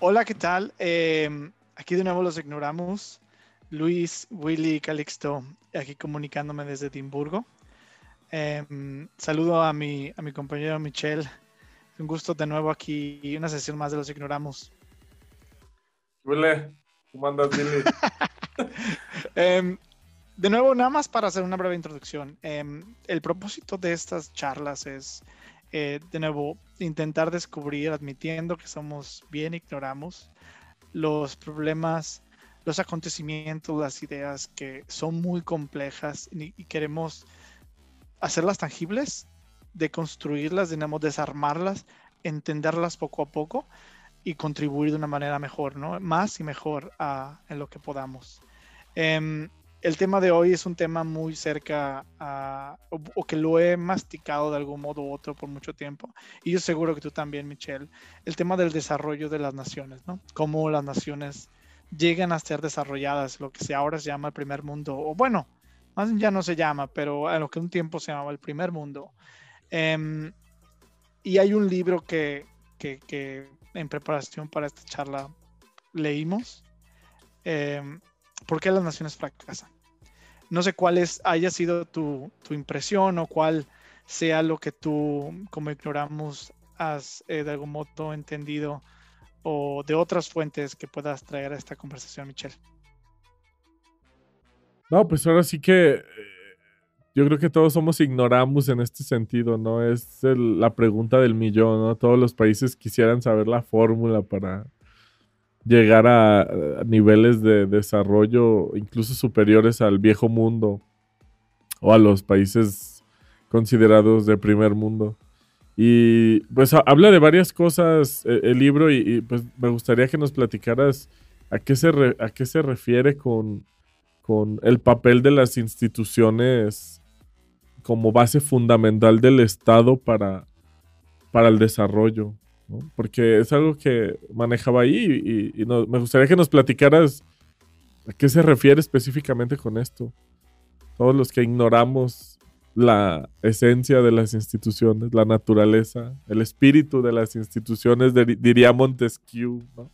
Hola, ¿qué tal? Aquí de nuevo los ignoramos. Luis, Willy, Calixto, aquí comunicándome desde Edimburgo. Saludo a mi compañero Michelle. Un gusto de nuevo aquí y una sesión más de los ignoramos. Huele, ¿cómo andas, Billy? Em, de nuevo, nada más para hacer una breve introducción. El propósito de estas charlas es, de nuevo, intentar descubrir, admitiendo que somos bien ignoramos, los problemas, los acontecimientos, las ideas que son muy complejas y queremos hacerlas tangibles, deconstruirlas, digamos, desarmarlas, entenderlas poco a poco y contribuir de una manera mejor, ¿no? Más y mejor en lo que podamos. Eh, el tema de hoy es un tema muy cerca o que lo he masticado de algún modo u otro por mucho tiempo. Y yo seguro que tú también, Michelle. El tema del desarrollo de las naciones, ¿no? Cómo las naciones llegan a ser desarrolladas, lo que ahora se llama el primer mundo, o bueno, más ya no se llama, pero a lo que un tiempo se llamaba el primer mundo. Eh, y hay un libro que en preparación para esta charla leímos. Eh, ¿Por qué las naciones fracasan? No sé cuál haya sido tu impresión o cuál sea lo que tú, como ignoramos, has de algún modo entendido o de otras fuentes que puedas traer a esta conversación, Michelle. No, pues ahora sí que yo creo que todos somos ignoramos en este sentido, ¿no? Es la pregunta del millón, ¿no? Todos los países quisieran saber la fórmula para llegar a niveles de desarrollo incluso superiores al viejo mundo o a los países considerados de primer mundo. Y pues habla de varias cosas el libro pues me gustaría que nos platicaras a qué se refiere con el papel de las instituciones como base fundamental del Estado para el desarrollo, ¿no? Porque es algo que manejaba ahí me gustaría que nos platicaras a qué se refiere específicamente con esto. Todos los que ignoramos la esencia de las instituciones, la naturaleza, el espíritu de las instituciones, diría Montesquieu, ¿no?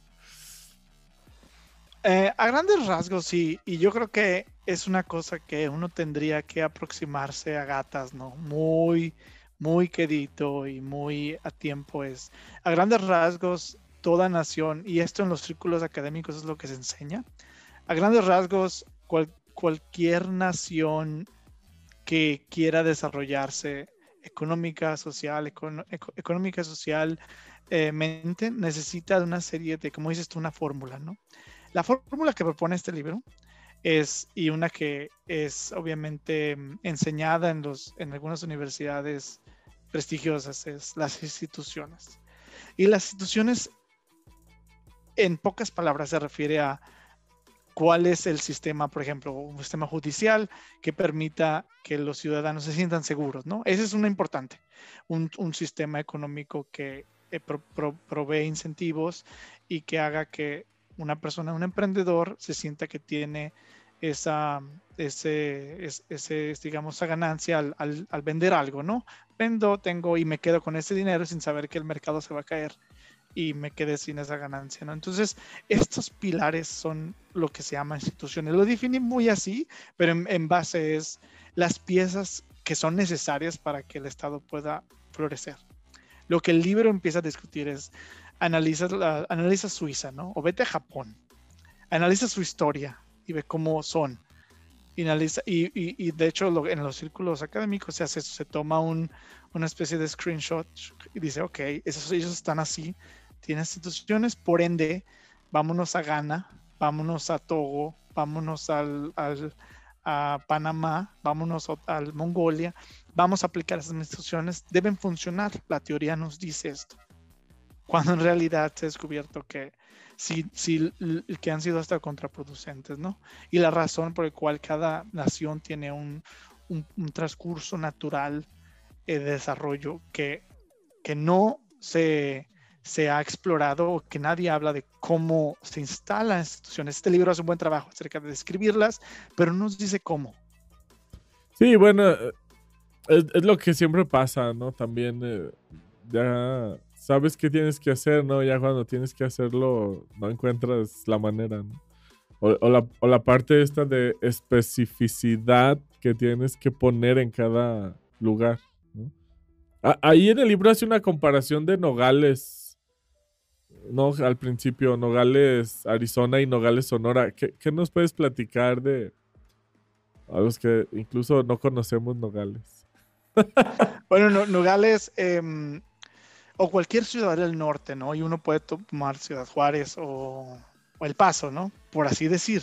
A grandes rasgos, sí, y yo creo que es una cosa que uno tendría que aproximarse a gatas, ¿no? Muy, muy quedito y muy a tiempo es. A grandes rasgos, toda nación, y esto en los círculos académicos es lo que se enseña, a grandes rasgos, cualquier nación que quiera desarrollarse económica, social, económica, social, mente, necesita de una serie de, como dices tú, una fórmula, ¿no? La fórmula que propone este libro y una que es obviamente enseñada en algunas universidades prestigiosas, es las instituciones. Y las instituciones, en pocas palabras, se refiere a cuál es el sistema, por ejemplo, un sistema judicial que permita que los ciudadanos se sientan seguros, ¿no? Ese es una importante. Un sistema económico que provee incentivos y que haga que una persona, un emprendedor, se sienta que tiene esa, digamos, esa ganancia al vender algo, ¿no? Vendo, tengo y me quedo con ese dinero sin saber que el mercado se va a caer y me quedé sin esa ganancia, ¿no? Entonces, estos pilares son lo que se llama instituciones. Lo define muy así, pero en base es las piezas que son necesarias para que el Estado pueda florecer. Lo que el libro empieza a discutir es, analiza Suiza, ¿no? O vete a Japón, analiza su historia y ve cómo son. Y de hecho en los círculos académicos se hace eso, se toma una especie de screenshot y dice, ok, ellos están así, tienen instituciones, por ende, vámonos a Ghana, vámonos a Togo, vámonos a Panamá, vámonos a Mongolia, vamos a aplicar esas instituciones, deben funcionar, la teoría nos dice esto, cuando en realidad se ha descubierto que que han sido hasta contraproducentes, ¿no? Y la razón por la cual cada nación tiene un transcurso natural de desarrollo que no se ha explorado o que nadie habla de cómo se instalan instituciones. Este libro hace un buen trabajo acerca de describirlas, pero no nos dice cómo. Sí, bueno, es lo que siempre pasa, ¿no? También ya sabes qué tienes que hacer, ¿no? Ya cuando tienes que hacerlo, no encuentras la manera, ¿no? O la parte esta de especificidad que tienes que poner en cada lugar, ¿no? Ahí en el libro hace una comparación de Nogales, ¿no? Al principio, Nogales, Arizona y Nogales, Sonora. ¿Qué nos puedes platicar de a los que incluso no conocemos Nogales? Bueno, Nogales o cualquier ciudad del norte, ¿no? Y uno puede tomar Ciudad Juárez o El Paso, ¿no? Por así decir.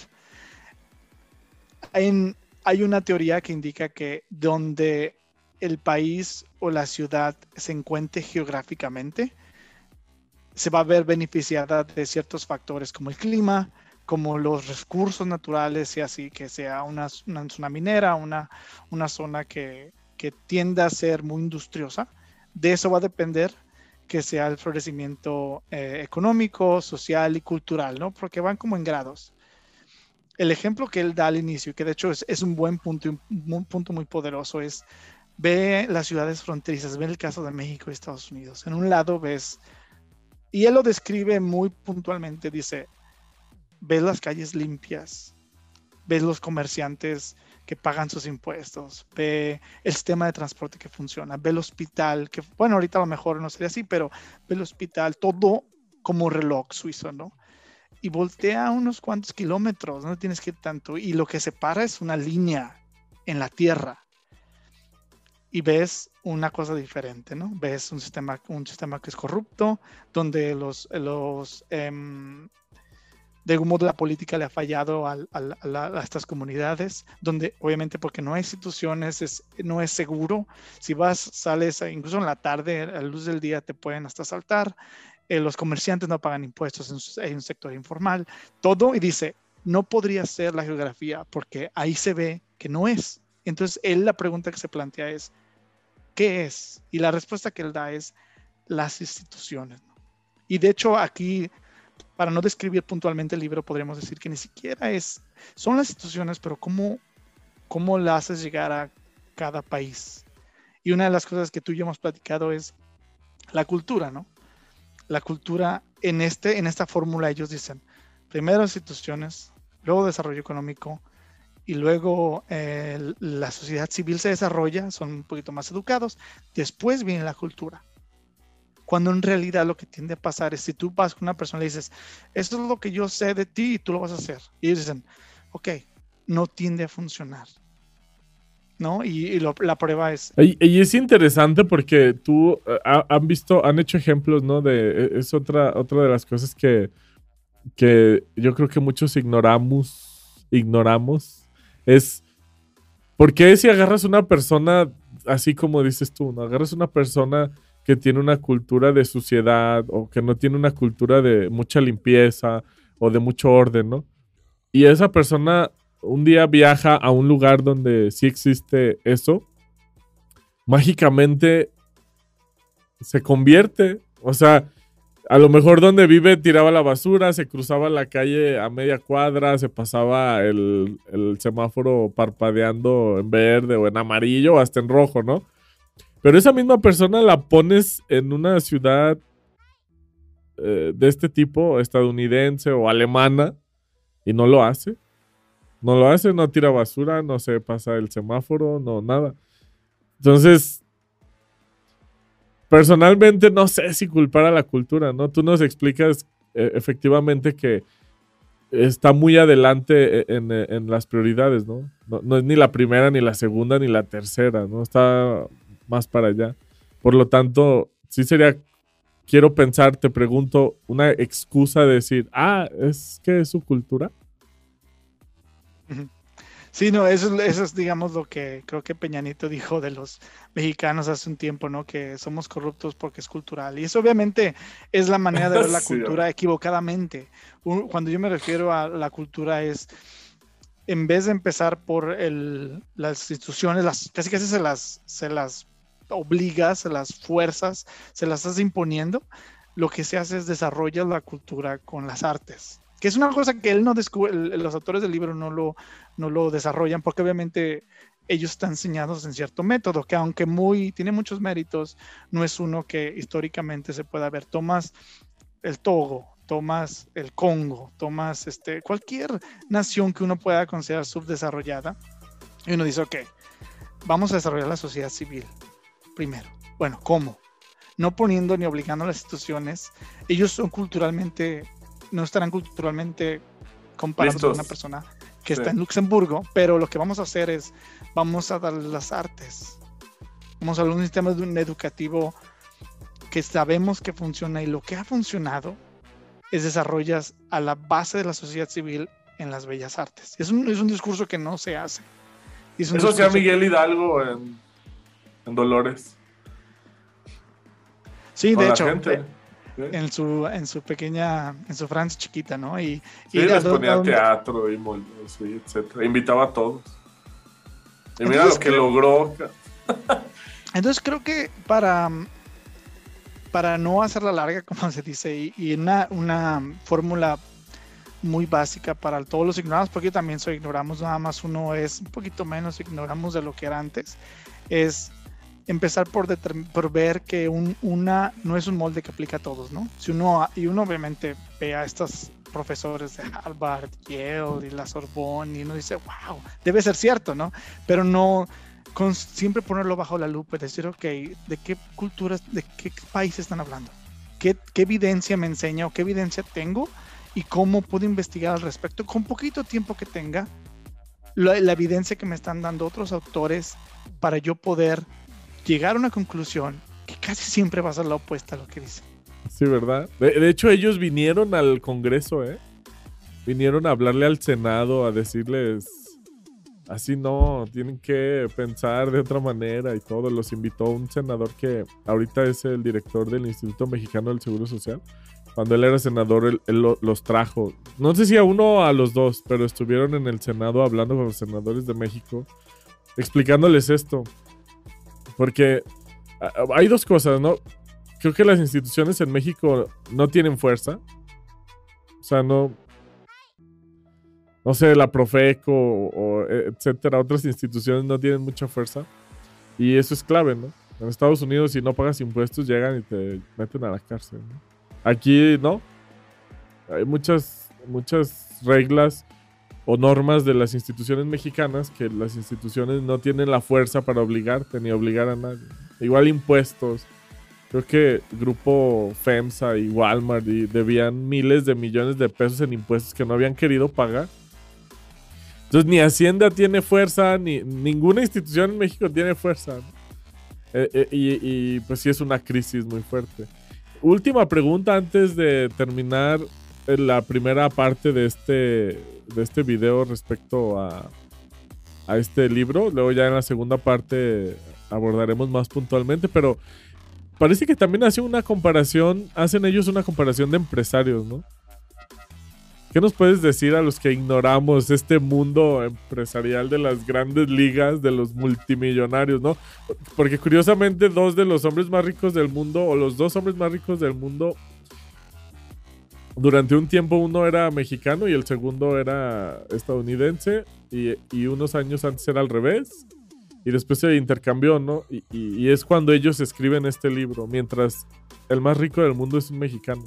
Hay una teoría que indica que donde el país o la ciudad se encuentre geográficamente, se va a ver beneficiada de ciertos factores como el clima, como los recursos naturales, y así que sea una zona minera, una zona que tienda a ser muy industriosa. De eso va a depender que sea el florecimiento económico, social y cultural, ¿no? Porque van como en grados. El ejemplo que él da al inicio, que de hecho es un buen punto, un punto muy poderoso, es ve las ciudades fronterizas, ve el caso de México y Estados Unidos. En un lado ves, y él lo describe muy puntualmente, dice, ves las calles limpias, ves los comerciantes que pagan sus impuestos, ve el sistema de transporte que funciona, ve el hospital, que bueno, ahorita a lo mejor no sería así, pero ve el hospital, todo como reloj suizo, ¿no? Y voltea unos cuantos kilómetros, no tienes que ir tanto, y lo que separa es una línea en la tierra, y ves una cosa diferente, ¿no? Ves un sistema que es corrupto, donde de algún modo la política le ha fallado a estas comunidades, donde obviamente porque no hay instituciones, no es seguro. Si sales incluso en la tarde, a la luz del día te pueden hasta asaltar. Los comerciantes no pagan impuestos, hay un sector informal, todo, y dice, no podría ser la geografía porque ahí se ve que no es. Entonces, la pregunta que se plantea es, ¿qué es? Y la respuesta que él da es las instituciones, ¿no? Y de hecho aquí, para no describir puntualmente el libro, podríamos decir que ni siquiera son las instituciones, pero cómo la haces llegar a cada país. Y una de las cosas que tú y yo hemos platicado es la cultura, ¿no? La cultura en esta fórmula ellos dicen, primero instituciones, luego desarrollo económico, y luego la sociedad civil se desarrolla, son un poquito más educados, después viene la cultura. Cuando en realidad lo que tiende a pasar es si tú vas con una persona y le dices, esto es lo que yo sé de ti y tú lo vas a hacer. Y ellos dicen, ok, no tiende a funcionar, ¿no? La prueba es... Y es interesante porque han hecho ejemplos, ¿no? Es otra de las cosas que yo creo que muchos ignoramos, es ¿por qué si agarras una persona, así como dices tú, ¿no? Agarras una persona que tiene una cultura de suciedad o que no tiene una cultura de mucha limpieza o de mucho orden, ¿no? Y esa persona un día viaja a un lugar donde sí existe eso, mágicamente se convierte, o sea, a lo mejor donde vive tiraba la basura, se cruzaba la calle a media cuadra, se pasaba el semáforo parpadeando en verde o en amarillo o hasta en rojo, ¿no? Pero esa misma persona la pones en una ciudad de este tipo, estadounidense o alemana, y no lo hace. No lo hace, no tira basura, no se pasa el semáforo, no, nada. Entonces, personalmente no sé si culpar a la cultura, ¿no? Tú nos explicas efectivamente que está muy adelante en las prioridades, ¿no? No es ni la primera, ni la segunda, ni la tercera, ¿no? Está más para allá. Por lo tanto, sí sería, quiero pensar, te pregunto, una excusa de decir, es que es su cultura. Sí, no, eso es, digamos, lo que creo que Peña Nieto dijo de los mexicanos hace un tiempo, ¿no? Que somos corruptos porque es cultural. Y eso obviamente es la manera de ver la cultura equivocadamente. Cuando yo me refiero a la cultura es, en vez de empezar por las instituciones, casi se las obligas, se las fuerzas, se las estás imponiendo, lo que se hace es desarrollar la cultura con las artes, que es una cosa que él no descubre, los autores del libro no lo desarrollan, porque obviamente ellos están enseñados en cierto método, que aunque tiene muchos méritos, no es uno que históricamente se pueda ver. Tomas el Togo, tomas el Congo, tomas cualquier nación que uno pueda considerar subdesarrollada, y uno dice, ok, vamos a desarrollar la sociedad civil primero. Bueno, ¿cómo? No poniendo ni obligando a las instituciones. Ellos no estarán culturalmente comparados con una persona que está en Luxemburgo, pero lo que vamos a hacer es, vamos a darle las artes. Vamos a hablar de un sistema educativo que sabemos que funciona, y lo que ha funcionado es desarrollas a la base de la sociedad civil en las bellas artes. Es un discurso que no se hace. Eso hacía Miguel Hidalgo en Dolores. Sí, de hecho, en su Francia chiquita, ¿no? Sí, les ponía teatro y etcétera. Invitaba a todos. Y mira lo que logró. Entonces creo que para no hacerla larga, como se dice, y una fórmula muy básica para todos los ignorados, porque yo también soy ignoramos, nada más uno es un poquito menos ignoramos de lo que era antes, es empezar por ver que una no es un molde que aplica a todos, ¿no? Uno obviamente ve a estos profesores de Harvard, Yale y la Sorbonne, y uno dice, wow, debe ser cierto, ¿no? Pero no, siempre ponerlo bajo la lupa y decir, ok, ¿de qué culturas, de qué país están hablando? ¿Qué evidencia me enseña o qué evidencia tengo? Y cómo puedo investigar al respecto con poquito tiempo que tenga, la evidencia que me están dando otros autores, para yo poder llegar a una conclusión que casi siempre va a ser la opuesta a lo que dicen. Sí, ¿verdad? De hecho, ellos vinieron al Congreso, vinieron a hablarle al Senado, a decirles, así no, tienen que pensar de otra manera y todo. Los invitó un senador que ahorita es el director del Instituto Mexicano del Seguro Social. Cuando él era senador, él los trajo. No sé si a uno o a los dos, pero estuvieron en el Senado hablando con los senadores de México, explicándoles esto. Porque hay dos cosas, ¿no? Creo que las instituciones en México no tienen fuerza. O sea, no sé, la Profeco o etcétera, otras instituciones no tienen mucha fuerza. Y eso es clave, ¿no? En Estados Unidos, si no pagas impuestos, llegan y te meten a la cárcel, ¿no? Aquí, ¿no? Hay muchas reglas o normas de las instituciones mexicanas que las instituciones no tienen la fuerza para obligarte ni obligar a nadie. Igual impuestos. Creo que Grupo FEMSA y Walmart debían miles de millones de pesos en impuestos que no habían querido pagar. Entonces ni Hacienda tiene fuerza, ni ninguna institución en México tiene fuerza, ¿no? Y pues sí es una crisis muy fuerte. Última pregunta antes de terminar la primera parte de este video respecto a este libro. Luego ya en la segunda parte abordaremos más puntualmente, pero parece que también hacen ellos una comparación de empresarios, ¿no? ¿Qué nos puedes decir a los que ignoramos este mundo empresarial de las grandes ligas, de los multimillonarios, ¿no? Porque curiosamente dos de los hombres más ricos del mundo, o los dos hombres más ricos del mundo, durante un tiempo uno era mexicano y el segundo era estadounidense, y unos años antes era al revés, y después se intercambió, ¿no? Y es cuando ellos escriben este libro, mientras el más rico del mundo es un mexicano.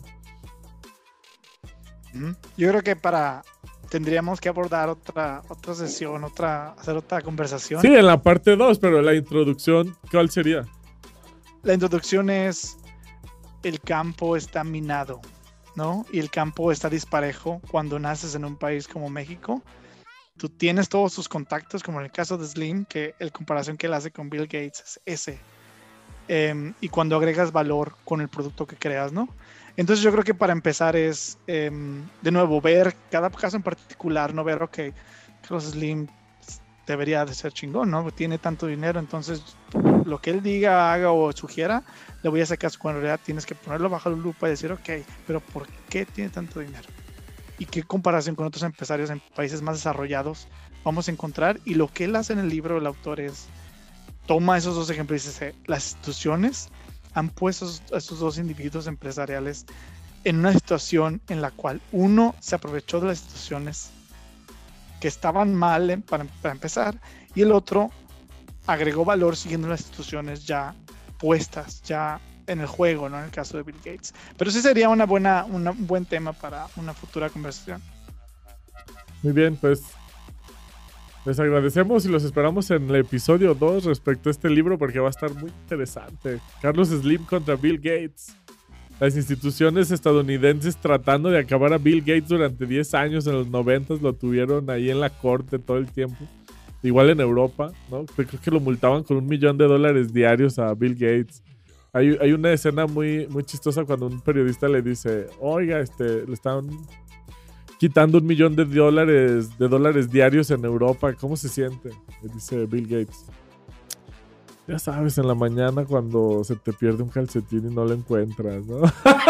Yo creo que tendríamos que abordar otra sesión, hacer otra conversación. Sí, en la parte 2, pero la introducción, ¿cuál sería? La introducción es: el campo está minado, ¿no? Y el campo está disparejo cuando naces en un país como México. Tú tienes todos tus contactos, como en el caso de Slim, que la comparación que él hace con Bill Gates es ese. Y cuando agregas valor con el producto que creas, ¿no? Entonces yo creo que para empezar es, de nuevo, ver cada caso en particular, no ver, ok, Carlos Slim debería de ser chingón, ¿no? Tiene tanto dinero, entonces lo que él diga, haga o sugiera, le voy a hacer caso, cuando en realidad tienes que ponerlo bajo la lupa y decir, ok, pero ¿por qué tiene tanto dinero? ¿Y qué comparación con otros empresarios en países más desarrollados vamos a encontrar? Y lo que él hace en el libro, el autor, es toma esos dos ejemplos y dice, las instituciones han puesto a estos dos individuos empresariales en una situación en la cual uno se aprovechó de las instituciones que estaban mal para empezar, y el otro agregó valor siguiendo las instituciones ya puestas, ya en el juego, ¿no? En el caso de Bill Gates. Pero sí sería un buen tema para una futura conversación. Muy bien, pues les agradecemos y los esperamos en el episodio 2 respecto a este libro porque va a estar muy interesante. Carlos Slim contra Bill Gates. Las instituciones estadounidenses tratando de acabar a Bill Gates durante 10 años. En los 90 lo tuvieron ahí en la corte todo el tiempo. Igual en Europa, ¿no? Creo que lo multaban con $1 millón diarios a Bill Gates. Hay una escena muy, muy chistosa cuando un periodista le dice, oiga, le están quitando $1 millón de dólares diarios en Europa. ¿Cómo se siente? Le dice Bill Gates. Ya sabes, en la mañana cuando se te pierde un calcetín y no lo encuentras, ¿no?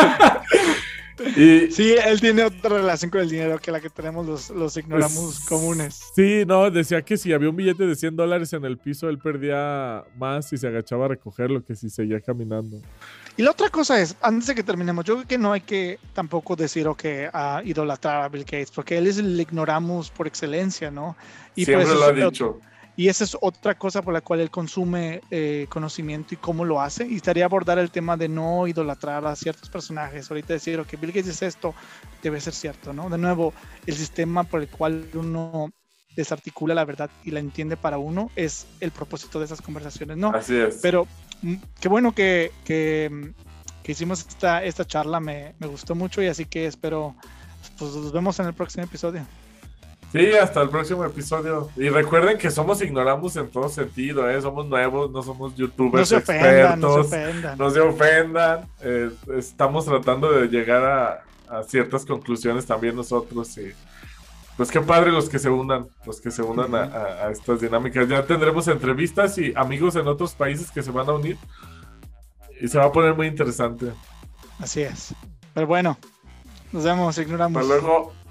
Y sí, él tiene otra relación con el dinero que la que tenemos los ignoramos comunes. Sí, no, decía que si había un billete de $100 en el piso, él perdía más si se agachaba a recogerlo que si seguía caminando. Y la otra cosa es, antes de que terminemos, yo creo que no hay que tampoco decir o que idolatrar a Bill Gates, porque él es el ignoramos por excelencia, ¿no? Y siempre pues, lo ha dicho. Y esa es otra cosa por la cual él consume conocimiento y cómo lo hace. Y estaría abordar el tema de no idolatrar a ciertos personajes. Ahorita decir, que Bill Gates es esto, debe ser cierto, ¿no? De nuevo, el sistema por el cual uno desarticula la verdad y la entiende para uno es el propósito de esas conversaciones, ¿no? Así es. Pero qué bueno que hicimos esta charla, me gustó mucho y así que espero, pues nos vemos en el próximo episodio. Sí, hasta el próximo episodio. Y recuerden que somos ignoramos en todo sentido, ¿eh? Somos nuevos, no somos youtubers expertos. No se ofendan. Estamos tratando de llegar a ciertas conclusiones también nosotros. Y pues qué padre los que se unan a estas dinámicas. Ya tendremos entrevistas y amigos en otros países que se van a unir. Y se va a poner muy interesante. Así es. Pero bueno, nos vemos, ignoramos. Hasta luego.